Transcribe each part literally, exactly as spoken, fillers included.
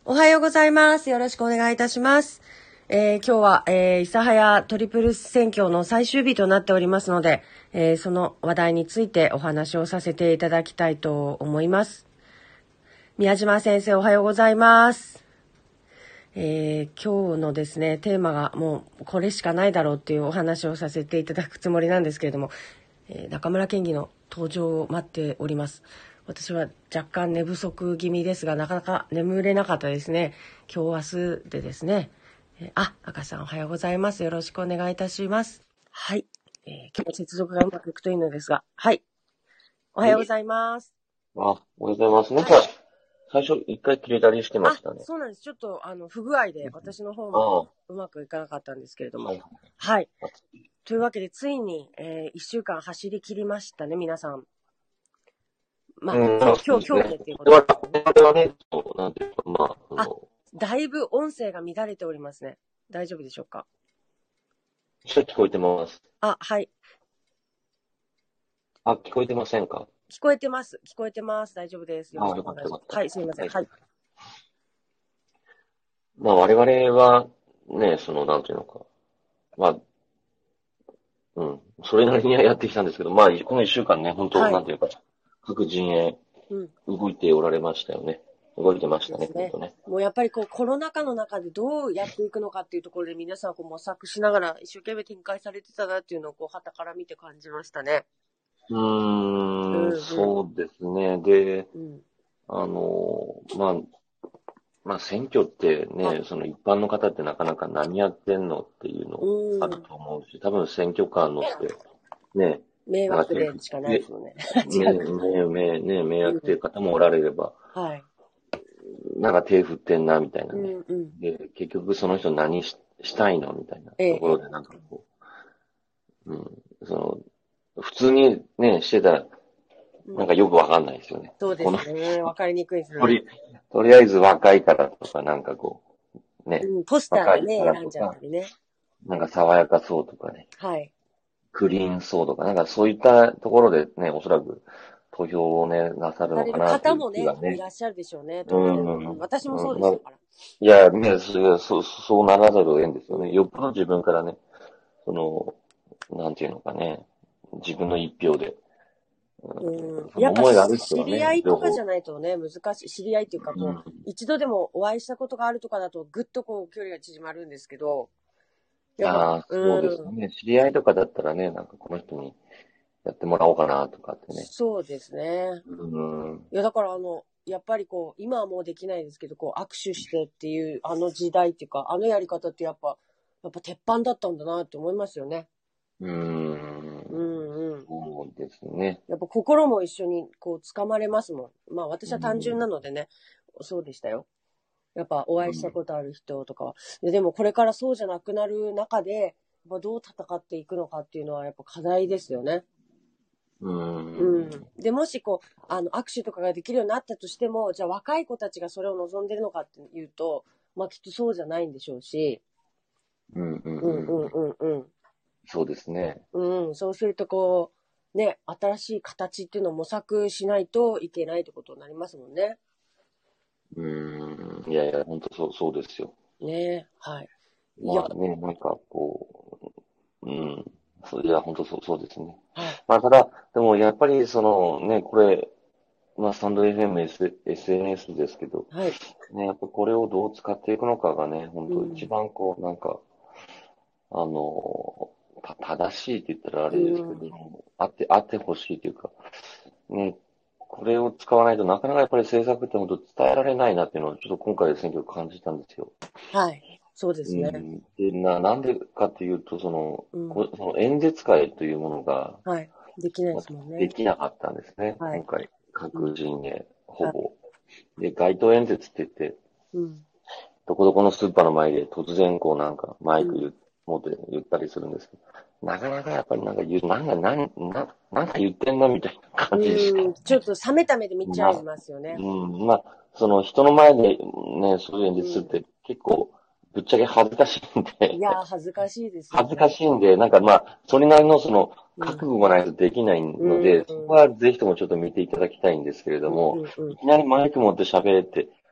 おはようございます。よろしくお願いいたします。えー、今日は、えー、諫早トリプル選挙の最終日となっておりますので、えー、その話題についてお話をさせていただきたいと思います。宮島先生、おはようございます。えー、今日のですね、テーマがもうこれしかないだろうっていうお話をさせていただくつもりなんですけれども、えー、中村県議の登場を待っております。私は若干寝不足気味ですが、なかなか眠れなかったですね。今日明日でですね。えー、あ、赤さんおはようございます。よろしくお願いいたします。はい。えー、今日も接続がうまくいくといいのですが、はい。おはようございます。 あ、おはようございます。なんか、はい、最初一回切れたりしてましたね。 あ、そうなんです。ちょっと、あの、不具合で私の方もうまくいかなかったんですけれども。はい。はい。というわけで、ついに、えー、一週間走り切りましたね、皆さん。まあ、うん、今日、今日、今日でっていうことですね。はね、そう、なんていうか、まあ、あ、だいぶ音声が乱れておりますね。大丈夫でしょうか？ ちょっと聞こえてます。 あ、はい。 あ、聞こえてませんか？ 聞こえてます。聞こえてます。大丈夫です。よろしくお願いします。はい、すみません。はい。 まあ、我々は、ね、その、なんていうのか。まあ、うん。それなりにはやってきたんですけど、まあ、この一週間ね、本当、はい、なんていうか、各陣営、動いておられましたよね。動いてましたね、 ね。ね。もうやっぱりこう、コロナ禍の中でどうやっていくのかっていうところで皆さんこう模索しながら一生懸命展開されてたなっていうのをこう、旗から見て感じましたね。 うーん、うんうん、そうですね。で、うん、あの、まあ、まあ選挙ってね、その一般の方ってなかなか何やってんのっていうのあると思うし、多分選挙カー乗ってね、 迷惑でしかないですよね。 ね、ね、ね、迷惑っていう方もおられれば、はい。なんか手振ってんな、みたいなね。うんうん、で、結局その人何ししたいのみたいなところでなんかこう、うん、その、普通にね、してたら、なんかよくわかんないですよね。 そうですね。わかりにくいですね。 とり、とりあえず若いからとか、なんかこう、ね。 うん、ポスターでね、選んじゃったりね。 なんか爽やかそうとかね。 はい。 クリーンそうとか、なんかそういったところでね、おそらく投票をね、なさるのかなっていう、ね。方もね、いらっしゃるでしょうね。うん。私もそうでしたから。 いや、ね、そう、そうならざるを得んですよね。よっぽど自分からね、その、なんていうのかね、自分の一票で。 うん、やっぱ知り合いとかじゃないとね、難しい。知り合いっていうか、こう、うん、一度でもお会いしたことがあるとかだと、ぐっとこう、距離が縮まるんですけど。 いやー、そうですね、うん。知り合いとかだったらね、なんかこの人にやってもらおうかなとかってね。 そうですね。うん。いや、だからあの、やっぱりこう、今はもうできないですけど、こう、握手してっていう、あの時代っていうか、あのやり方ってやっぱ、やっぱ鉄板だったんだなって思いますよね。 うーん。うんうん。そうですね。 やっぱ心も一緒にこう掴まれますもん。まあ私は単純なのでね、うん、そうでしたよ。やっぱお会いしたことある人とかは。で, でもこれからそうじゃなくなる中で、やっぱどう戦っていくのかっていうのはやっぱ課題ですよね。うん。うん。で、もしこう、あの、握手とかができるようになったとしても、じゃあ若い子たちがそれを望んでるのかっていうと、まあきっとそうじゃないんでしょうし。 うんうんうん。うんうんうんうん。 そうですね。 うん。そうするとこう、ね、新しい形っていうのを模索しないといけないってことになりますもんね。 うーん。いやいや、本当そう、そうですよ。 ね、はい。 まあね、なんかこう、うん。そういや、本当そう、そうですね。はい。まあただ、でもやっぱりそのね、これ、まあスタンド エフエム、S、エスエヌエス ですけど、はい。ね、やっぱこれをどう使っていくのかがね、本当一番こう、なんか、あの、た、正しいって言ったらあれですけど、あって、あってほしいというか、ね、これを使わないとなかなかやっぱり政策って本当伝えられないなっていうのをちょっと今回の選挙感じたんですよ。 はい。そうですね。 うん、でな、なんでかっていうと、その、うん、その演説会というものが、 はい。できないですもんね。 できなかったんですね。はい、今回、各陣営、ほぼ、はい。で、街頭演説って言って、うん、どこどこのスーパーの前で突然こうなんかマイク言、うん、持って言ったりするんですけど、なかなかやっぱりなんか言う、なんか、なん、な、なんか言ってんなみたいな感じでした。うん、 ちょっと冷めた目で見ちゃいますよね。 うん、まあ、その人の前でね、そういう演説するって結構、ぶっちゃけ恥ずかしいんで。 いやー、恥ずかしいですよ、 ね。恥ずかしいんで、なんかまあ、それなりのその、覚悟がないとできないので、うん、そこはぜひともちょっと見ていただきたいんですけれども、うんうんうん、いきなりマイク持って喋って、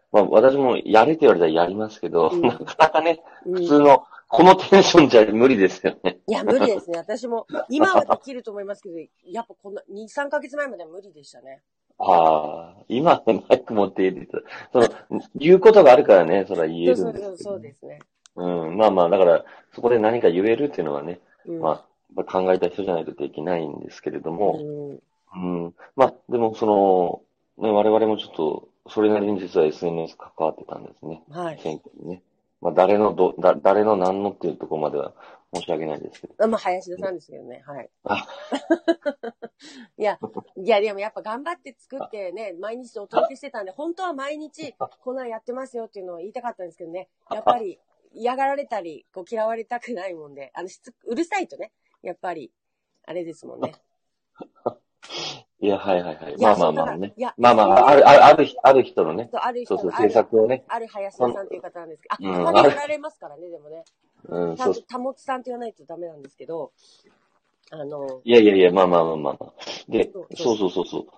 まあ私もやれって言われたらやりますけど、 うん、 なかなかね、 うん。 普通の、このテンションじゃ無理ですよね。 いや、無理ですね。私も、今はできると思いますけど、やっぱこんな、に、さんかげつまえまでは無理でしたね。 ああ、今ね、マイク持っているって言ったら、その、言うことがあるからね、それは言えるんそうそうそう、 ですけどね。 そうですね。 うん、まあまあ、だから、そこで何か言えるっていうのはね、 うん。 まあ、考えた人じゃないとできないんですけれどうも、 ん。 うん、まあ、でもその、ね、我々もちょっと、それなりに実は エスエヌエス 関わってたんですね。 はい。 選挙にね。まあ、誰のど、だ、誰の何のっていうところまでは申し訳ないですけど。 あまあ、林田さんですけどね。はい。 あ、 いや、いや、でもやっぱ頑張って作ってね、毎日お届けしてたんで、本当は毎日こんなんやってますよっていうのを言いたかったんですけどね。やっぱり嫌がられたり、こう嫌われたくないもんで、あの、しつうるさいとね、やっぱり、あれですもんね。 いや、はいはいはい。 いや、 まあまそう、だから、 あまあね。 いや、 まあまあ、ある、ある、ある、ある人のね。 そうあるそうそう、 人の、あ政る、 策をね。 ある林その田さんという方なんですけど、あ、 うん、 たまにおらある、 れますからね、でもね。 うん、 ちゃんそう。 と保つさんって言わないとダメなんですけど、あの、 いやいやいや、まあまあまあまあまあ。で、 そうそうそうそうそうそう。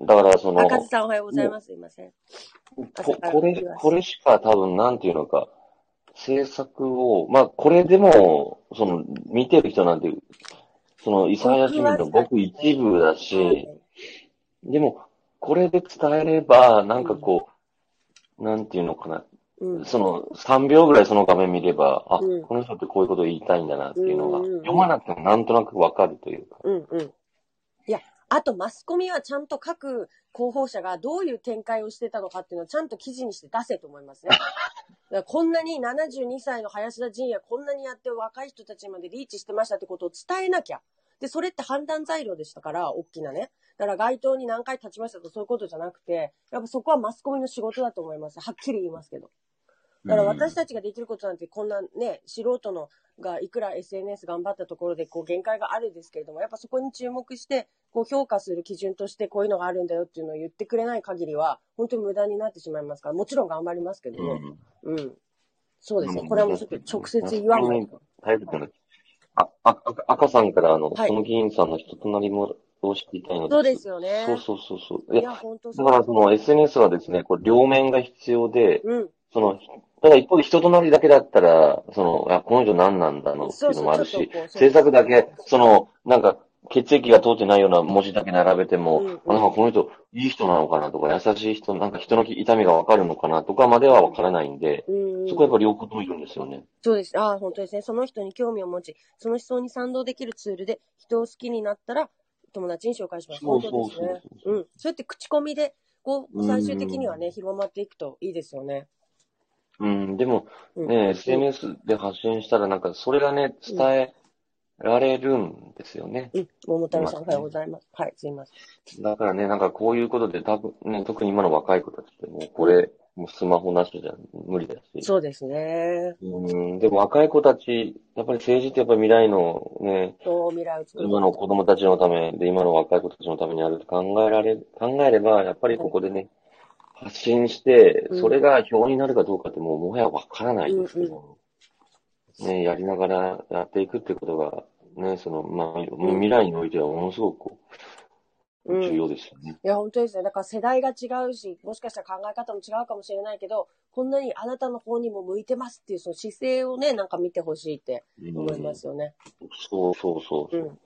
だからそあ、カズの、 さんおはようございもます。すいません。 う、こ、 朝からこれ、 来ます。 これしか多分、なんていうのか、政策を、まあ、これでも、その、見てる人なんて、その、諫早市民のごくわずかごく一部だはし、でも、これで伝えれば、ない。 んかこう、なんていうのかな、 うん。 その、さんびょうぐらいその画面見れば、あ、 うん。 この人ってこういうことを言いたいんだなっうん。 ていうのが、 うん。うん。 読まなくてもなんとなくわかるというか。 うん。うん。いや、あとマスコミはちゃんと各候補者がどういう展開をしてたのかっていうのをちゃんと記事にして出せと思いますね。だからこんなにななじゅうにさいの林田陣也こんなにやって若い人たちまでリーチしてましたってことを伝えなきゃ。で、それって判断材料でしたから、大きなね。だから街頭に何回立ちましたとそういうことじゃなくて、やっぱそこはマスコミの仕事だと思います。はっきり言いますけど。だから私たちができることなんてこんなね、素人のがいくら エスエヌエス 頑張ったところでこう限界があるんですけれども、やっぱそこに注目してこう評価する基準としてこういうのがあるんだよっていうのを言ってくれない限りは本当に無駄になってしまいますから、もちろん頑張りますけどね。うん。うん、そうですね。これはもうちょっと直接言わないと。 タイプの、あ、あ、あ赤さんからあの、 はい。 その議員さんの人となりも、を知りたいのです。 そうですよね。 そうそうそうそう。いや、 いや、本当だそうです。 からその エスエヌエス はですね、これ両面が必要で、 うん。 その、ただ一方で人となりだけだったら、その、あ、この人何なんだのっていうのそうそう、 もあるし、 ちょっとこう、そう制作だけ、その、なんか、血液が通ってないような文字だけ並べても、 うんあ、なんかこの人、いい人なのかなとか、優しい人、なんか人の痛みがわかるのかなとかまではわからないんで、 うん。 そこはやっぱ両方ともいるんですよね。 そうです。ああ、本当ですね。その人に興味を持ち、その思想に賛同できるツールで人を好きになったら友達に紹介します。 そう本当ですね。 そうそうそう。 うん。そうやって口コミで、こう、 う最終的にはね、 ん。 広まっていくといいですよね。 うん、でも、 うん。 ね、 うん。 エスエヌエス で発信したらなんか、それがね、 うん。 伝えられるんですよね。 うん。桃太郎さん、おはよう今ね。 ございます。はい、すいません。 だからね、なんかこういうことで多分、ね、特に今の若い子たちってもうこうん。 れ、もうスマホなしじゃ無理だし。 そうですね。 うん、でも若い子たち、やっぱり政治ってやっぱり未来のね、 そう、未来を作るこ今の子供たちのためで、今の若い子たちのためにあると考えられ、考えれば、やっぱりと。はい。 ここでね、発信して、 うん。 それが票になるかどうかってもうもはやわからないうん。 ですけうん。 ど、ね、やりながらやっていくってことが、ね、その、まあ、 うん。 未来においてはものすごくこう重うん。 要ですよね。 いや、本当ですね。だから世代が違うし、もしかしたら考え方も違うかもしれないけど、こんなにあなたの方にも向いてますっていうその姿勢をね、なんか見てほしいって思いまうん、 すよね。 そうそうそううん。 そう。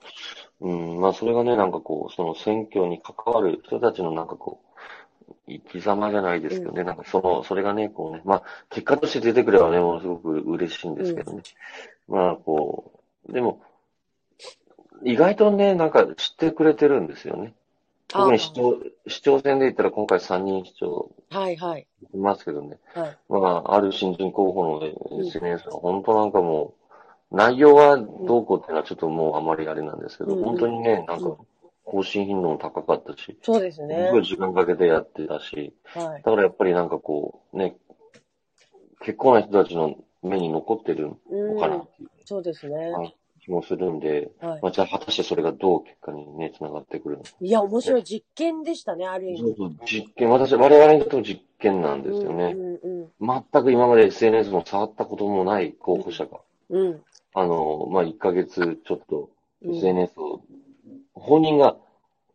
うん、まあそれがね、なんかこう、その選挙に関わる人たちのなんかこう、生き様じゃないでうん。 すけどね、なんかその、それがね、こうね、まあ結果として出てくればね、ものすごく嬉しいんでうん。 すけどね。まあこう、でも、意外とね、なんか知ってくれてるんですよね。特に市あ長、市長選で言ったら今回さんにん市長あ、はいはい。 いますけどね。 はい。 まあ、ある新人候補のうん。 エスエヌエス は本当なんかもう、内容はうん。 どうこうっていうのはちょっともうあまりあれなんですけど、 うん。うん。 本当にね、なんかうん。 更新頻度も高かったし、 そうですすごいね。 時間かけてやってたし、 はい。 だからやっぱりなんかこう、ね、結構な人たちの目に残ってるのかうん。 なっていう、 そうですね。 はい、気もするんで、 はい。 まあ、じゃあ果たしてそれがどう結果にね、つながってくるのか。 いや、面ね、 白い実験でしたね、ある意味。 そうそう、実験、私、我々にとっても実験なんうん。 ですよね。 うん。うん。 全く今まで エスエヌエス も触ったこともない候補者が、 うん。 あの、まあ、いっかげつちょっとうん。 エスエヌエス を、本人が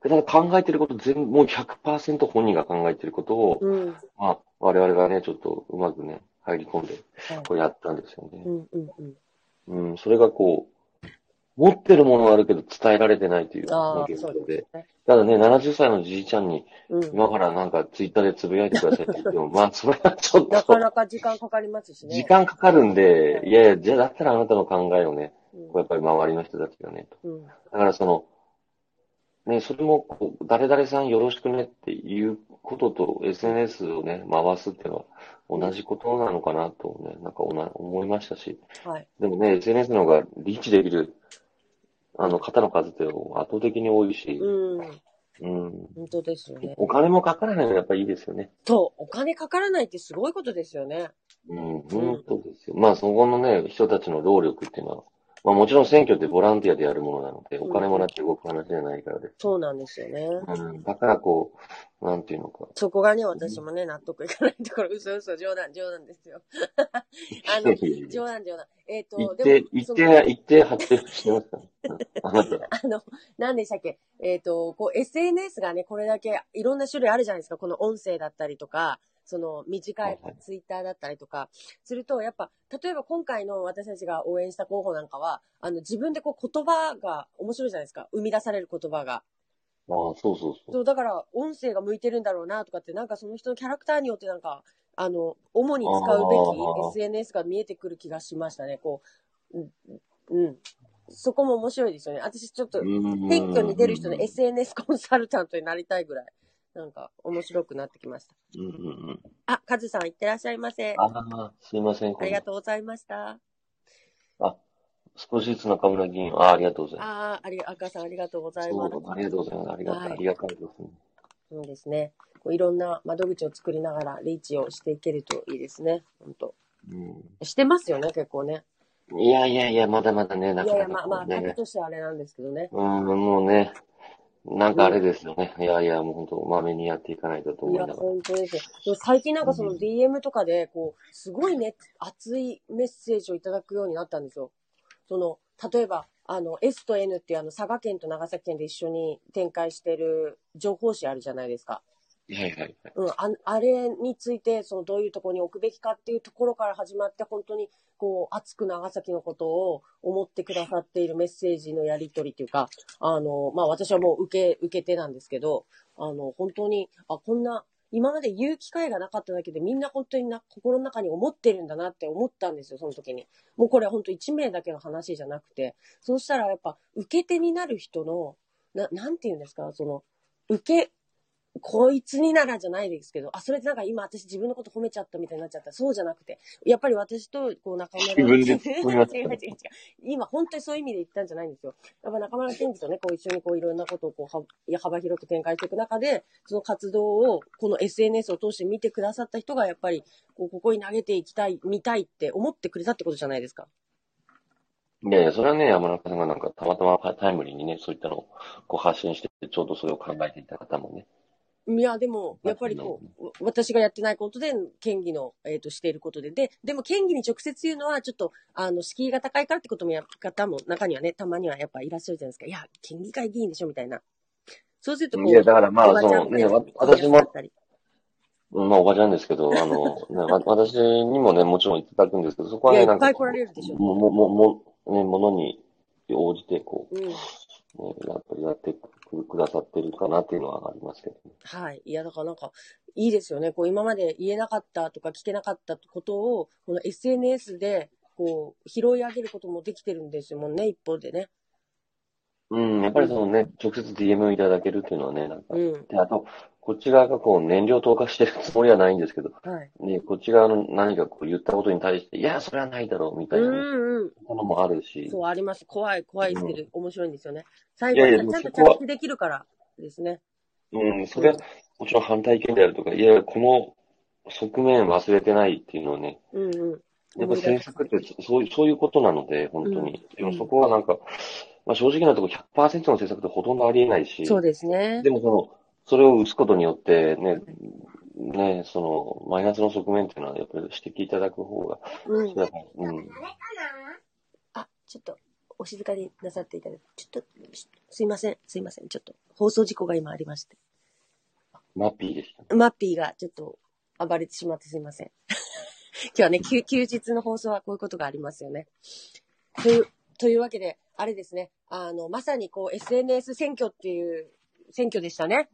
ただ考えてること全部、もうひゃくパーセント本人が考えてることを、 うん。 まあ、我々がね、ちょっとうまくね、入り込んで、 はい。 こうやったんですよね。 うん、うん、うん。 うん、それがこう、持ってるものがあるけど伝えられてないという、まあ、 ああ、そうです現状で。 ね。 ただね、ななじゅっさいのじいちゃんに、 うん。 今からなんかツイッターでつぶやいてくださいって言っても、まあ、それはちょっなかなと、 か時間かかりますし時ね。 間かかるんで、 はい。 いやいや、じゃあだったらあなたの考えをね、 うん。 こうやっぱり周りの人たちがね、と。 うん。 だからその、ね、それもこう、誰々さんよろしくねっていうことと エスエヌエス をね、回すっていうのはうん。 同じことなのかなとね、なんかおな思いましたし、 はい。 でもね、エスエヌエス の方がリーチできる、 うん。 あの、方の数って圧倒的に多いし、 うん。 うん。 本当ですよね。 お金もかからないのがやっぱりいいですよね。 そう、お金かからないってすごいことですよね。 うん、本うん。 当ですよ。まあ、そこのね、人たちの労力っていうのは、まあもちろん選挙ってボランティアでやるものなので、おうんうん。 金もらって動く話じゃないからですね。 そうなんですよね。 うん、だからこう、なんていうのか。 そこがね、私もね、納得いかないところ、嘘嘘、冗談、冗談ですよ。あの、冗談、冗談。えっ、と、でも、 一定、一その、 定、一定発表してますかね。うんあなた。 あの、何でしたっけえっ、と、こう、エスエヌエス がね、これだけいろんな種類あるじゃないですか。この音声だったりとか、その短いはいはい。 ツイッターだったりとか、すると、やっぱ、例えば今回の私たちが応援した候補なんかは、あの、自分でこう言葉が面白いじゃないですか。生み出される言葉が。 ああ、そうそうそそう、だから、音声が向いてるんだろうなとかって、なんかその人のキャラクターによってなんか、あの、主う。 に使うべきああ、 エスエヌエス が見えてくる気がしましたね。こう、うん、うん。そこも面白いですよね。私ちょっうと、選挙に出る人のーん。 エスエヌエス コンサルタントになりたいぐらい、なんか面白くなってきました。 うんうんうん。 あ、カズさんいってらっしゃいませ。 ああ、すいません、 ありが今度。 とうございました。 あ、少しずつ中村議員、ああ、ありがとうございます。 ああ、あり、赤さんありがとうございます。 そう、ありがとうございます。ありがたい、あはい。 りがたいですね。 そうですね。こういろんな窓口を作りながらリーチをしていけるといいですね。本当。 うしてますよね、結構ね。 ん。いやいやいや、まだまだね、ないやいや、 かなかまあまあ、数こうね。 としてはあれなんですけどね。 うん、もうね、なんかあれうん。 ですよね。いやいや、もう本当、まめにやっていかないとといや、 思いながら。 本当ですよ。でも最近なんかそのうん。 ディーエム とかで、こう、すごいね、熱いメッセージをいただくようになったんですよ。その、例えば、あの、S と N っていうあの、佐賀県と長崎県で一緒に展開してる情報誌あるじゃないですか。 はいはいはい。 うん、ああれについて、そのどういうところに置くべきかっていうところから始まって、本当にこう、熱く長崎のことを思ってくださっているメッセージのやり取りっていうか、あの、まあ私はもう受け、受け手なんですけど、あの、本当に、あ、こんな、今まで言う機会がなかっただけでみんな本当にな心の中に思ってるんだなって思ったんですよ、その時に。もうこれ本当一名だけの話じゃなくて、そうしたらやっぱ受け手になる人の、な、なんて言うんですか、その、受け、こいつにならじゃないですけど、あ、それってなんか今私自分のこと褒めちゃったみたいになっちゃった。そうじゃなくて、やっぱり私とこう中村自分で健突っ込みま違う違う違う。 したね。 今本当にそういう意味で言ったんじゃないんですよ。やっぱ中村健二とね、こう一緒にこういろんなことをこうは幅広く展開していく中で、その活動をこの エスエヌエス を通して見てくださった人がやっぱりこうここに投げていきたい、見たいって思ってくれたってことじゃないですか。 いやいや、それはね、山中さんがなんかたまたまタイムリーにね、そういったのをこう発信して、ちょうどそれを考えていた方もね、 いや、でも、やっぱりのこう、私がやってないことで、県議の、えっ、と、していることで、で、でも県議に直接言うのは、ちょっと、あの、敷居が高いからってこともや、方も、中にはね、たまにはやっぱいらっしゃるじゃないですか。いや、県議会議員でしょ、みたいな。そうすると、こいや、 う、 だからまあ、 おばちゃんそのね、わみたいに言いや私も、 すかったり。 まあ、おばちゃんですけど、あの、ね、わ私にもね、もちろんいただくんですけど、そこいや、 はね、 いっぱい来らなんかこう、 れるでしょ。 も、も、も、も、ね、ものに応じて、こうん。 う、ね、やっぱりやってくくださってるかなっていうのはありますけどね。 はい。いや、だからなんか、いいですよね。こう、今まで言えなかったとか聞けなかったことを、この エスエヌエス で、こう、拾い上げることもできてるんですもんね、一方でね。 うん、やっぱうん。 りそのね、直接 ディーエム いただけるっていうのはね、なんか、 うん。 で、あと、こっち側がこう燃料投下してるつもりはないんですけど、 はい。 ね、こっち側の何かこう言ったことに対して、いや、それはないだろう、みうたいなね、 んうん。 ものもあるし、 そう、あります。怖い、怖いですうん。 けど、面白いんですよね。最いやいや、 後はちゃ、 でもちゃんとそこは、 着地できるからですね。 うん、それはうん。 もちろん反対意見であるとか、いや、この側面忘れてないっていうのをね、 うんうん。 やっぱ思い出政策ってさせてくれる。 そそういう、そういうことなので、本うん。 当に。でもそうん。 こはなんか、まあ正直なところひゃくパーセントの政策ってほとんどありえないし、 そうですね。 でもその、それを打つことによってね、ね、その、マイナスの側面っていうのはやっぱり指摘いただく方が、 うん。 それは、うん。 あ、ちょっと、 お静かになさっていただいて、ちょっと、すいません、すいません。ちょっと、放送事故が今ありまして。 マッピーでした。 マッピーがちょっと暴れてしまってすいません。今日はね、休日の放送はこういうことがありますよね。という、というわけで、あれですね、あの、まさにこう エスエヌエス 選挙っていう選挙でしたね。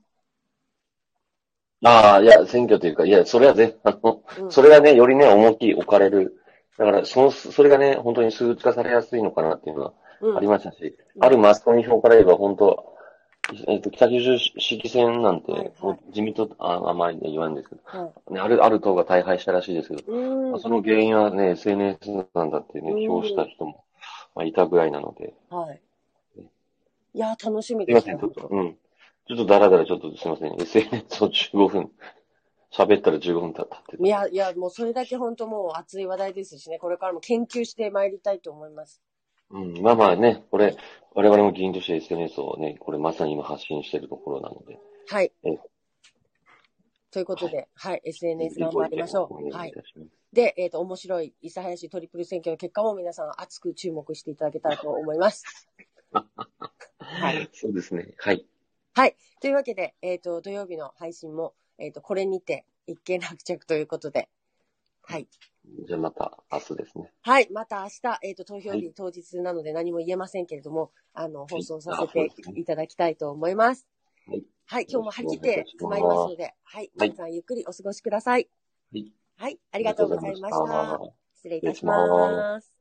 ああ、いや、選挙というか、いや、それはね、あの、うん、それがね、よりね、重き置かれる。だから、その、それがね、本当に数値化されやすいのかなっていうのはありましたし、うん、あるマスコミ表から言えば、本当、えっと、北九州市議選なんて、はいはい、自民党、あ、あまり言わないんですけど、はい、ね、ある、ある党が大敗したらしいですけど、まあ、その原因はね、エスエヌエス なんだってね、評した人も、まあ、いたぐらいなので。 はい。いや、楽しみですね。 すいません、ちょっと、うん。ちょっとだらだらちょっとすいません。エスエヌエス をじゅうごふん、喋ったらじゅうごふん経ったって。 いや、いや、もうそれだけ本当もう熱い話題ですしね、これからも研究してまいりたいと思います。 うん、まあまあね、これ、我々も議員として エスエヌエス をね、これまさに今発信しているところなので。 はい。えということで、はい、はい、エスエヌエス 頑張りましょう。はい。で、えっ、ー、と、面白い諫早市トリプル選挙の結果も皆さん熱く注目していただけたらと思います。 はい。そうですね。はい。 はい。というわけで、えっ、ー、と、土曜日の配信も、えっ、ー、と、これにて一件落着ということで、はい。 じゃあまた明日ですね。 はい。また明日、えっ、ー、と、投票日当日なので何も言えませんけれども、はい、あの、放送させていただきたいと思います。はい。はい。今日も張り切ってまいりますので、はい。皆さんゆっくりお過ごしください。はい。はい。ありがとうございました。失礼いたします。